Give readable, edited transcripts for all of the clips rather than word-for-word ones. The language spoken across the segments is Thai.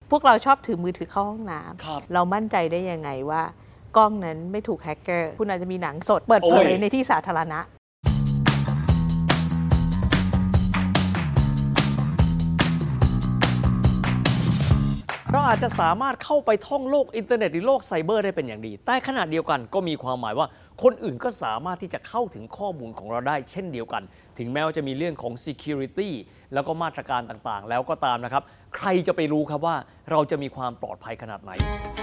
พวกเราชอบถือมือถือเข้าห้องน้ำเรามั่นใจได้ยังไงว่ากล้องนั้นไม่ถูกแฮกเกอร์คุณอาจจะมีหนังสดเปิดเผยในที่สาธารณะเราอาจจะสามารถเข้าไปท่องโลกอินเทอร์เน็ตหรือโลกไซเบอร์ได้เป็นอย่างดีแต่ขณะเดียวกันก็มีความหมายว่าคนอื่นก็สามารถที่จะเข้าถึงข้อมูลของเราได้เช่นเดียวกันถึงแม้ว่าจะมีเรื่องของ security แล้วก็มาตรการต่างๆแล้วก็ตามนะครับใครจะไปรู้ครับว่าเราจะมีความปลอดภัยขนาดไหน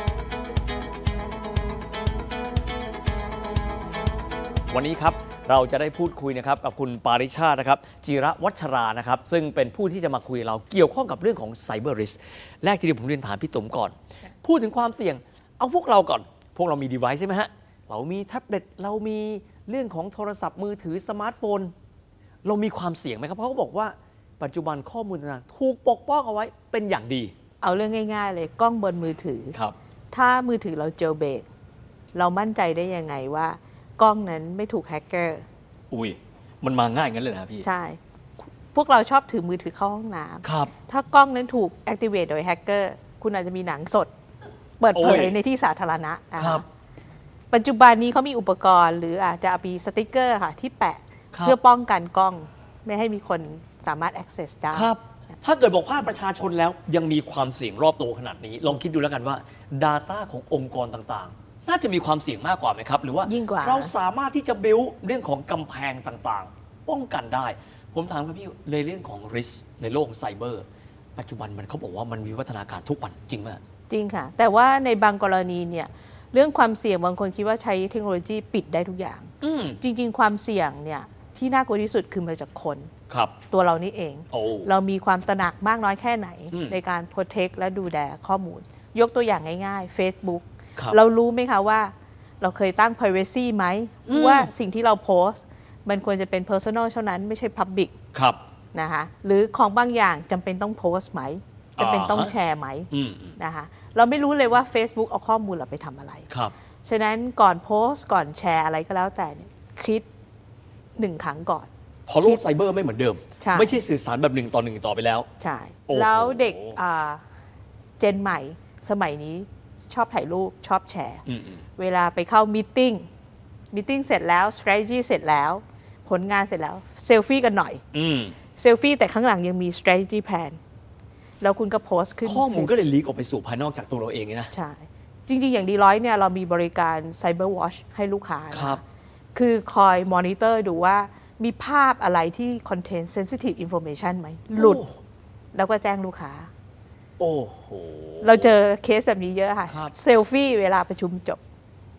วันนี้ครับเราจะได้พูดคุยนะครับกับคุณปาริชาตินะครับจิระวัชรานะครับซึ่งเป็นผู้ที่จะมาคุยเราเกี่ยวข้องกับเรื่องของไซเบอร์ริสแรกที่เดียวผมเรียนถามพี่ตุ๋มก่อนพูดถึงความเสี่ยงเอาพวกเราก่อนพวกเรามี device ใช่ไหมฮะเรามีแท็บเล็ตเรามีเรื่องของโทรศัพท์มือถือสมาร์ทโฟนเรามีความเสี่ยงไหมครับเพราะเขาบอกว่าปัจจุบันข้อมูลต่างๆถูกปกป้องเอาไว้เป็นอย่างดีเอาเรื่องง่ายๆเลยกล้องบนมือถือครับถ้ามือถือเราเจลเบรกเรามั่นใจได้ยังไงว่ากล้องนั้นไม่ถูกแฮกเกอร์มันมาง่ายงั้นเลยนะพี่ใช่พวกเราชอบถือมือถือเข้าห้องน้ำครับถ้ากล้องนั้นถูก activate โดยแฮกเกอร์คุณอาจจะมีหนังสดเปิดเผยในที่สาธารณะนะคะปัจจุบันนี้เขามีอุปกรณ์หรืออาจจะมีสติกเกอร์ค่ะที่แปะเพื่อป้องกันกล้องไม่ให้มีคนสามารถ access ได้ครับถ้าเกิดบอกภาคประชาชนแล้วยังมีความเสี่ยงรอบตัวขนาดนี้ลองคิดดูแล้วกันว่า Data ขององค์กรต่างๆน่าจะมีความเสี่ยงมากกว่าไหมครับหรือว่าเราสามารถที่จะ build เรื่องของกำแพงต่างๆป้องกันได้ผมถามครับพี่ในเรื่องของ risk ในโลกไซเบอร์ปัจจุบันมันเขาบอกว่ามันมีวัฒนาการทุกวันจริงไหมจริงค่ะแต่ว่าในบางกรณีเนี่ยเรื่องความเสี่ยงบางคนคิดว่าใช้เทคโนโลยีปิดได้ทุกอย่างจริงๆความเสี่ยงเนี่ยที่น่ากลัวที่สุดคือมาจากคนตัวเรานี่เองเรามีความตระหนักมากน้อยแค่ไหนในการ protect และดูแลข้อมูลยกตัวอย่างง่ายๆ Facebook เรารู้ไหมคะว่าเราเคยตั้ง privacy ไหมว่าสิ่งที่เราโพสต์มันควรจะเป็น personal เท่านั้นไม่ใช่ public นะคะหรือของบางอย่างจำเป็นต้องโพสต์ไหมจำเป็นต้องแชร์ไหมนะคะเราไม่รู้เลยว่า Facebook เอาข้อมูลเราไปทำอะไรฉะนั้นก่อนโพสต์ก่อนแชร์อะไรก็แล้วแต่เนี่ยคิด1 ครั้งก่อนพอโลกไซเบอร์ไม่เหมือนเดิมไม่ใช่สื่อสารแบบ1 ต่อ 1ต่อไปแล้วใช่แล้วเด็กเจนใหม่สมัยนี้ชอบถ่ายรูปชอบแชร์เวลาไปเข้ามีตติ้งเสร็จแล้ว strategy เสร็จแล้วผลงานเสร็จแล้วเซลฟี่กันหน่อยเซลฟี่แต่ข้างหลังยังมี strategy plan แล้วคุณก็โพสต์ขึ้นข้อมูลก็เลยลีกออกไปสู่ภายนอกจากตัวเราเองนะใช่จริงๆอย่างDeloitteเนี่ยเรามีบริการ Cyber Watch ให้ลูกค้าคือคอยมอนิเตอร์ดูว่ามีภาพอะไรที่ contain sensitive information ไหมหลุดแล้วก็แจ้งลูกค้าโอ้โหเราเจอเคสแบบนี้เยอะค่ะเซลฟี่เวลาประชุมจบ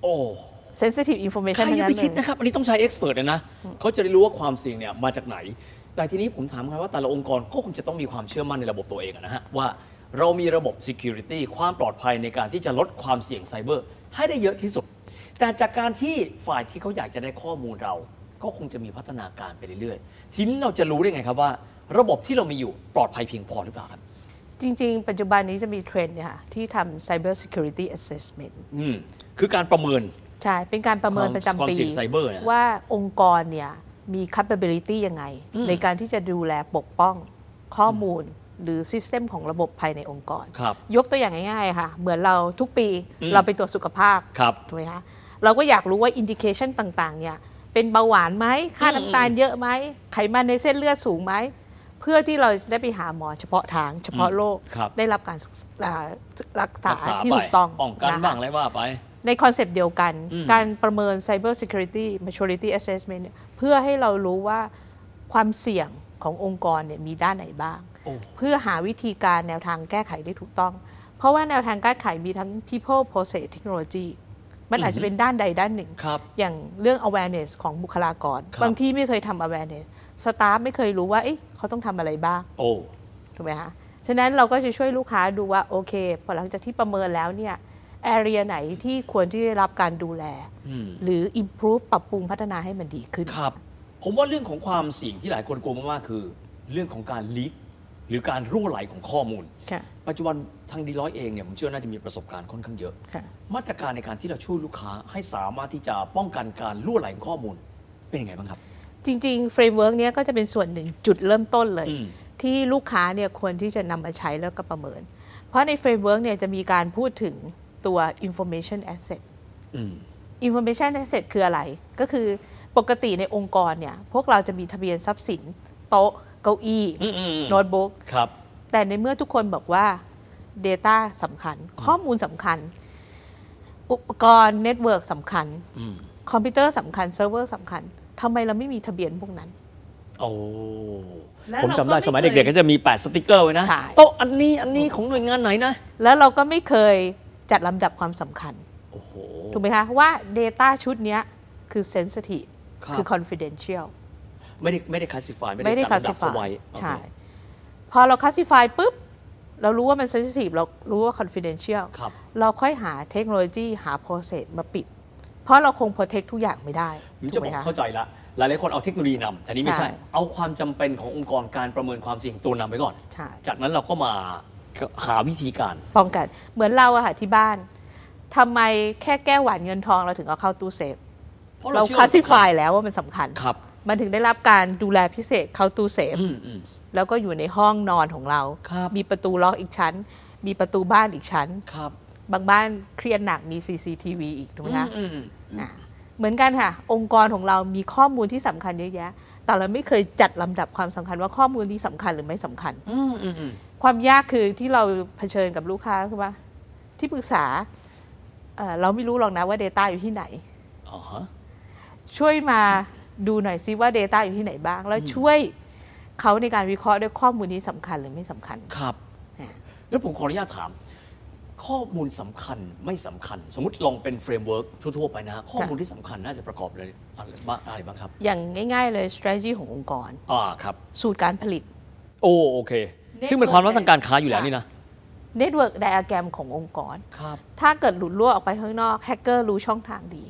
sensitive information ใครจะไปคิดนะครับอันนี้ต้องใช้ expert เลยนะเขาจะได้รู้ว่าความเสี่ยงเนี่ยมาจากไหนแต่ทีนี้ผมถามครับว่าแต่ละองค์กรก็คงจะต้องมีความเชื่อมั่นในระบบตัวเองนะฮะว่าเรามีระบบ security ความปลอดภัยในการที่จะลดความเสี่ยงไซเบอร์ให้ได้เยอะที่สุดแต่จากการที่ฝ่ายที่เขาอยากจะได้ข้อมูลเราก็คงจะมีพัฒนาการไปเรื่อยๆทีนี้เราจะรู้ได้ไงครับว่าระบบที่เรามีอยู่ปลอดภัยเพียงพอหรือเปล่าครับจริงๆปัจจุบันนี้จะมีเทรนด์เนี่ยค่ะที่ทำ cyber security assessment คือการประเมินใช่เป็นการประเมินประจำปีว่าองค์กรเนี่ยมี capability ยังไงในการที่จะดูแลปกป้องข้อมูลหรือ system ของระบบภายในองค์กรยกตัวอย่างง่ายๆค่ะเหมือนเราทุกปีเราไปตรวจสุขภาพถูกไหมคะเราก็อยากรู้ว่า indication ต่างๆเนี่ยเป็นเบาหวานไหมค่าน้ำตาลเยอะไหมไขมันในเส้นเลือดสูงไหมเพื่อที่เราจะได้ไปหาหมอเฉพาะทางเฉพาะโรคได้รับการรักษาที่ถูกต้องป้องกันบ้างอะไรว่าไปในคอนเซปต์เดียวกันการประเมิน Cyber Security Maturity Assessment เพื่อให้เรารู้ว่าความเสี่ยงขององค์กรเนี่ยมีด้านไหนบ้างเพื่อหาวิธีการแนวทางแก้ไขได้ถูกต้องเพราะว่าแนวทางแก้ไขมีทั้ง people process technology มันอาจจะเป็นด้านใดด้านหนึ่งอย่างเรื่อง awareness ของบุคลากรบางที่ไม่เคยทำ awareness สตาฟไม่เคยรู้ว่าเขาต้องทำอะไรบ้างถูกไหมคะฉะนั้นเราก็จะช่วยลูกค้าดูว่าโอเคพอหลังจากที่ประเมินแล้วเนี่ยarea ไหนที่ควรที่ได้รับการดูแลหรือ improve ปรับปรุงพัฒนาให้มันดีขึ้นครับผมว่าเรื่องของความเสี่ยงที่หลายคนกลัวมากๆคือเรื่องของการลีกหรือการรั่วไหลของข้อมูลปัจจุบันทาง Deloitte เองเนี่ยผมเชื่อน่าจะมีประสบการณ์ค่อนข้างเยอะมาตรการในการที่เราช่วยลูกค้าให้สามารถที่จะป้องกันการรั่วไหลของข้อมูลเป็นยังไงบ้างครับจริงๆเฟรมเวิร์กนี้ก็จะเป็นส่วนหนึ่งจุดเริ่มต้นเลยที่ลูกค้าเนี่ยควรที่จะนำมาใช้แล้วก็ประเมินเพราะในเฟรมเวิร์กเนี่ยจะมีการพูดถึงตัว information asset information asset คืออะไรก็คือปกติในองค์กรเนี่ยพวกเราจะมีทะเบียนทรัพย์สินโต๊ะเก้าอี้โน้ตบุ๊กแต่ในเมื่อทุกคนบอกว่า Data สำคัญข้อมูลสำคัญอุปกรณ์เน็ตเวิร์กสำคัญคอมพิวเตอร์สำคัญเซิร์ฟเวอร์สำคัญทำไมเราไม่มีทะเบียนพวกนั้นโอ้ผมจำได้สมัยเด็กๆก็จะมีแปะสติกเกอร์ไว้นะโต๊ะอันนี้ของหน่วยงานไหนนะแล้วเราก็ไม่เคยจัดลำดับความสำคัญถูกไหมคะว่า Data ชุดนี้คือ sensitive คือ confidential ไม่ได้ classify ไม่ได้จัดลำดับเอาไว้ใช่พอเรา classify ปุ๊บเรารู้ว่ามัน sensitive เรารู้ว่า confidential เราค่อยหาเทคโนโลยีหา process มาปิดเพราะเราคง protect ทุกอย่างไม่ได้ผมจะบอกเข้าใจละหลายๆคนเอาเทคโนโลยีนำแต่นี้ไม่ใช่เอาความจำเป็นขององค์กรการประเมินความเสี่ยงตัวนำไว้ก่อนจากนั้นเราก็มาหาวิธีการป้องกันเหมือนเราอะค่ะที่บ้านทำไมแค่แก้วหวานเงินทองเราถึงเอาเข้าตู้เซฟเราคลาสสิฟายแล้วว่ามันสำคัญมันถึงได้รับการดูแลพิเศษเข้าตู้เซฟแล้วก็อยู่ในห้องนอนของเรามีประตูล็อกอีกชั้นมีประตูบ้านอีกชั้นบางบ้านเครียดหนักมี CCTV อีกถูกไหมคะเหมือนกันค่ะองค์กรของเรามีข้อมูลที่สำคัญเยอะแยะแต่เราไม่เคยจัดลำดับความสำคัญว่าข้อมูลนี้สำคัญหรือไม่สำคัญความยากคือที่เราเผชิญกับลูกค้าคือว่าที่ปรึกษาเราไม่รู้หรอกนะว่า Data อยู่ที่ไหนช่วยมาดูหน่อยซิว่า Data อยู่ที่ไหนบ้างแล้วช่วยเขาในการวิเคราะห์ด้วยข้อมูลนี้สำคัญหรือไม่สำคัญครับแล้วผมขออนุญาตถามข้อมูลสำคัญไม่สำคัญสมมติลองเป็นเฟรมเวิร์กทั่วๆไปนะข้อมูลที่สำคัญน่าจะประกอบอะไรบ้างครับอย่างง่ายๆเลย strategy ขององค์กรครับสูตรการผลิตโอเคซึ่งเป็นความลับทางการค้าอยู่แล้วนี่นะ Network Diagram ขององค์กรถ้าเกิดหลุดรั่วออกไปข้างนอกแฮกเกอร์รู้ช่องทางดี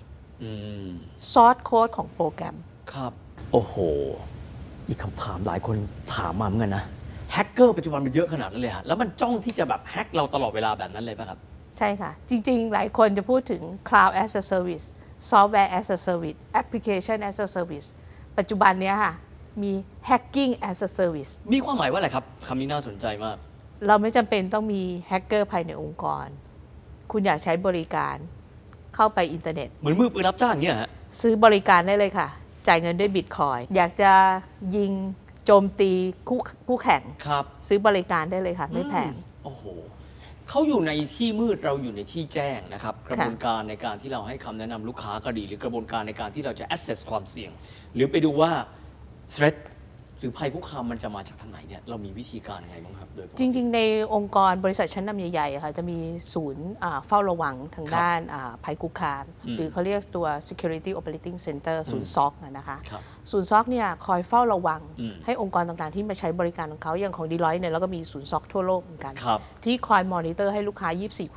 Source Code ของโปรแกรมครับโอ้โหอีกคำถามหลายคนถามมาเหมือนกันนะแฮกเกอร์ปัจจุบันมันเยอะขนาดนั้นเลยฮะแล้วมันจ้องที่จะแบบแฮกเราตลอดเวลาแบบนั้นเลยป่ะครับใช่ค่ะจริงๆหลายคนจะพูดถึง Cloud as a Service Software as a Service Application as a Service ปัจจุบันนี้ค่ะมี Hacking as a Service มีความหมายว่าอะไรครับคำนี้น่าสนใจมากเราไม่จำเป็นต้องมีแฮกเกอร์ภายในองค์กรคุณอยากใช้บริการเข้าไปอินเทอร์เน็ตเหมือนมือปืนรับจ้างเนี่ยฮะซื้อบริการได้เลยค่ะจ่ายเงินด้วยบิตคอยน์อยากจะยิงโจมตีคู่แข่งซื้อบริการได้เลยค่ะไม่แพงโอ้โหเขาอยู่ในที่มืดเราอยู่ในที่แจ้งนะครับกระบวนการในการที่เราให้คำแนะนำลูกค้าก็ดีหรือกระบวนการในการที่เราจะ assess ความเสี่ยงหรือไปดูว่า threatหรือภัยคุกคามมันจะมาจากทางไหนเนี่ยเรามีวิธีการยังไงบ้างครับโดยจริงๆในองค์กรบริษัทชั้นนำใหญ่ๆค่ะจะมีศูนย์เฝ้าระวังทางด้านภัยคุกคามหรือเขาเรียกตัว security operating center ศูนย์ SOC นะคะศูนย์ SOC เนี่ยคอยเฝ้าระวังให้องค์กรต่างๆที่มาใช้บริการของเขาอย่างของ Deloitte เนี่ยเราก็มีศูนย์ SOC ทั่วโลกเหมือนกันที่คอยมอนิเตอร์ให้ลูกค้า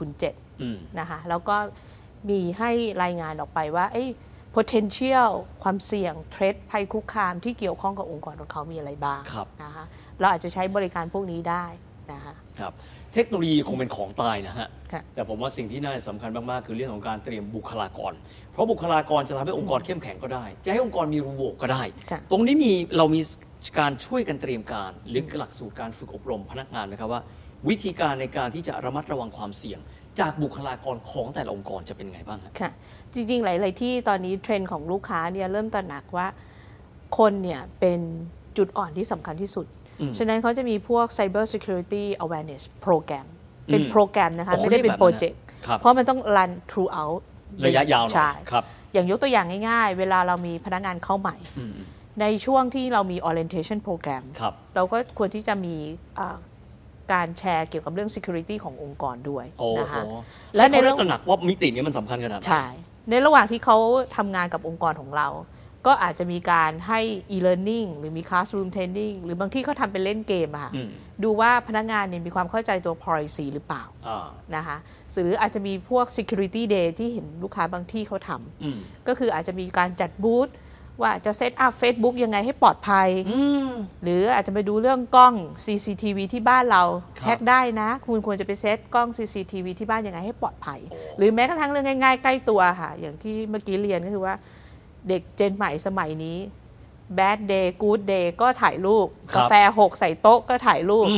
24/7 นะคะแล้วก็มีให้รายงานออกไปว่าpotential ความเสี่ยง threat ภัยคุกคามที่เกี่ยวข้องกับองค์กรของเขามีอะไรบ้างนะคะเราอาจจะใช้บริการพวกนี้ได้นะคะครับเทคโนโลยีคงเป็นของตายนะฮะแต่ผมว่าสิ่งที่น่าสำคัญมากๆคือเรื่องของการเตรียมบุคลากรเพราะบุคลากรจะทำให้องค์กรเข้มแข็งก็ได้จะให้องค์กรมีรูโหว่ก็ได้ตรงนี้เรามีการช่วยกันเตรียมการหรือหลักสูตรการฝึกอบรมพนักงานไหมครับว่าวิธีการในการที่จะระมัดระวังความเสี่ยงจากบุคลากรของแต่ละองค์กรจะเป็นไงบ้างค่ะจริงๆหลายๆที่ตอนนี้เทรนด์ของลูกค้าเนี่ยเริ่มตระหนักว่าคนเนี่ยเป็นจุดอ่อนที่สำคัญที่สุดฉะนั้นเขาจะมีพวก Cyber Security Awareness Program เป็นโปรแกรมนะคะไม่ได้เป็นโปรเจกต์เพราะมันต้อง run throughout ระยะยาวหน่อยอย่างยกตัวอย่างง่ายๆเวลาเรามีพนักงานเข้าใหม่ในช่วงที่เรามี orientation program เราก็ควรที่จะมีการแชร์เกี่ยวกับเรื่อง security ขององค์กรด้วยนะคะและในเรื่องตระหนักว่ามิตินี้มันสำคัญขนาดไหนใช่ในระหว่างที่เขาทำงานกับองค์กรของเราก็อาจจะมีการให้ e-learning หรือมี classroom training หรือบางที่เขาทำเป็นเล่นเกมอะค่ะดูว่าพนักงานเนี่ยมีความเข้าใจตัว policy หรือเปล่านะคะหรืออาจจะมีพวก security day ที่เห็นลูกค้าบางที่เขาทำก็คืออาจจะมีการจัดบูธว่าจะเซตอัพ Facebook ยังไงให้ปลอดภัยหรืออาจจะไปดูเรื่องกล้อง CCTV ที่บ้านเราแฮ็กได้นะคุณควรจะไปเซตกล้อง CCTV ที่บ้านยังไงให้ปลอดภัยหรือแม้กระทั่งเรื่องง่ายๆใกล้ตัวค่ะอย่างที่เมื่อกี้เรียนก็คือว่าเด็กเจนใหม่สมัยนี้ Bad Day Good Day ก็ถ่ายรูปกาแฟหกใส่โต๊ะก็ถ่ายรูป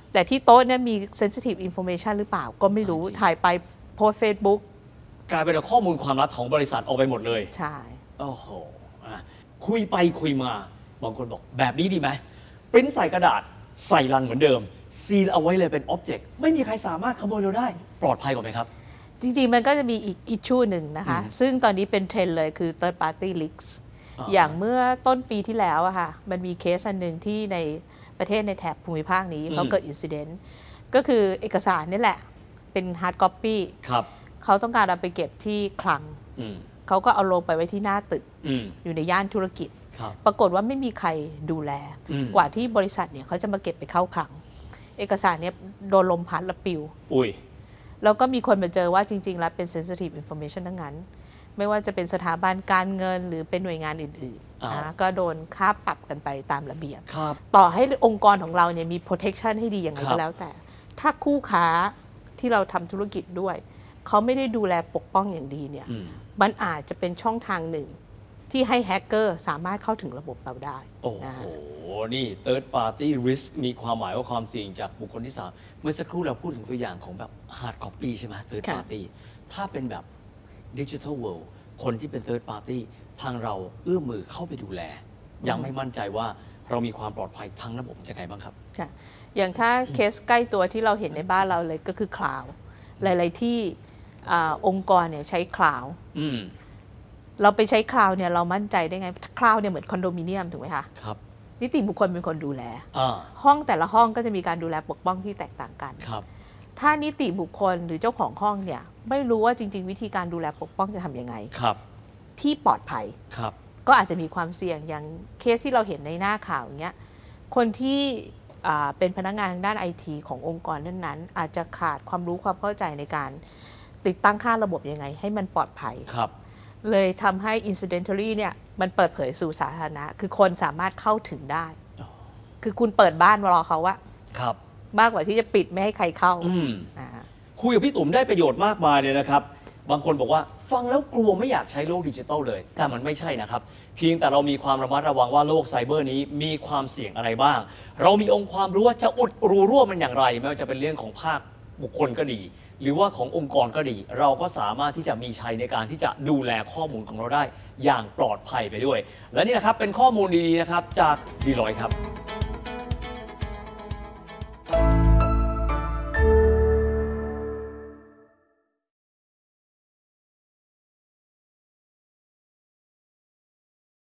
แต่ที่โต๊ะเนี่ยมี sensitive information หรือเปล่าก็ไม่รู้ถ่ายไปโพสเฟซบุ๊กกลายเป็นข้อมูลความลับของบริษัทออกไปหมดเลยใช่โอ้โหคุยไปคุยมาบางคนบอกแบบนี้ดีไหมปริ้นใส่กระดาษใส่ลังเหมือนเดิมซีลเอาไว้เลยเป็นอ็อบเจกต์ไม่มีใครสามารถขโมยเราได้ปลอดภัยกว่าไหมครับจริงๆมันก็จะมีอีกอิชชูหนึ่งนะคะซึ่งตอนนี้เป็นเทรนด์เลยคือ third party leaks อย่างเมื่อต้นปีที่แล้วอะค่ะมันมีเคสอันหนึ่งที่ในประเทศในแถบภูมิภาคนี้เขาเกิดอินซิเดนต์ก็คือเอกสารนี่แหละเป็นฮาร์ดคอปปี้เขาต้องการเอาไปเก็บที่คลังเขาก็เอาลงไปไว้ที่หน้าตึกอยู่ในย่านธุรกิจปรากฏว่าไม่มีใครดูแลกว่าที่บริษัทเนี่ยเขาจะมาเก็บไปเข้าคลังเอกสารเนี่ยโดนลมพัดและปิวแล้วก็มีคนมาเจอว่าจริงๆแล้วเป็น sensitive information ทั้งนั้นไม่ว่าจะเป็นสถาบันการเงินหรือเป็นหน่วยงานอื่นๆนะก็โดนค่าปรับกันไปตามระเบียบต่อให้องค์กรของเราเนี่ยมี protection ให้ดีอย่างไรก็แล้วแต่ถ้าคู่ค้าที่เราทำธุรกิจด้วยเขาไม่ได้ดูแลปกป้องอย่างดีเนี่ยมันอาจจะเป็นช่องทางหนึ่งที่ให้แฮกเกอร์สามารถเข้าถึงระบบเราได้โอ้โหนี่ third party risk มีความหมายว่าความเสี่ยงจากบุคคลที่สามเมื่อสักครู่เราพูดถึงตัวอย่างของแบบ hard copy ใช่ไหม third party ถ้าเป็นแบบ digital world คนที่เป็น third party ทางเราเอื้อมมือเข้าไปดูแลยังไม่มั่นใจว่าเรามีความปลอดภัยทั้งระบบยังไงบ้างครับอย่างถ้าเคสใกล้ตัวที่เราเห็นในบ้านเราเลยก็คือคลาวด์หลายๆที่องค์กรเนี่ยใช้คลาวด์เราไปใช้คลาวด์เนี่ยเรามั่นใจได้ไงคลาวด์เนี่ยเหมือนคอนโดมิเนียมถูกไหมคะครับนิติบุคคลเป็นคนดูแลห้องแต่ละห้องก็จะมีการดูแลปกป้องที่แตกต่างกันครับถ้านิติบุคคลหรือเจ้าของห้องเนี่ยไม่รู้ว่าจริงๆวิธีการดูแลปกป้องจะทำยังไงที่ปลอดภัยก็อาจจะมีความเสี่ยงอย่างเคสที่เราเห็นในหน้าข่าวอย่างเงี้ยคนที่เป็นพนักงานทางด้านไอทีขององค์กรนั้นๆอาจจะขาดความรู้ความเข้าใจในการติดตั้งค่าระบบยังไงให้มันปลอดภัยเลยทำให้ incidentally เนี่ยมันเปิดเผยสู่สาธารณะคือคนสามารถเข้าถึงได้คือคุณเปิดบ้านรอเขาอะมากกว่าที่จะปิดไม่ให้ใครเข้าคุยกับพี่ตุ๋มได้ประโยชน์มากมายเลยนะครับบางคนบอกว่าฟังแล้วกลัวไม่อยากใช้โลกดิจิทัลเลยแต่มันไม่ใช่นะครับเพียงแต่เรามีความระมัดระวังว่าโลกไซเบอร์นี้มีความเสี่ยงอะไรบ้างเรามีองค์ความรู้ว่าจะอุดรูรั่วมันอย่างไรไม่ว่าจะเป็นเรื่องของภาคบุคคลก็ดีหรือว่าขององค์กรก็ดีเราก็สามารถที่จะมีชัยในการที่จะดูแลข้อมูลของเราได้อย่างปลอดภัยไปด้วยและนี่นะครับเป็นข้อมูลดีๆนะครับจาก Deloitte ครับ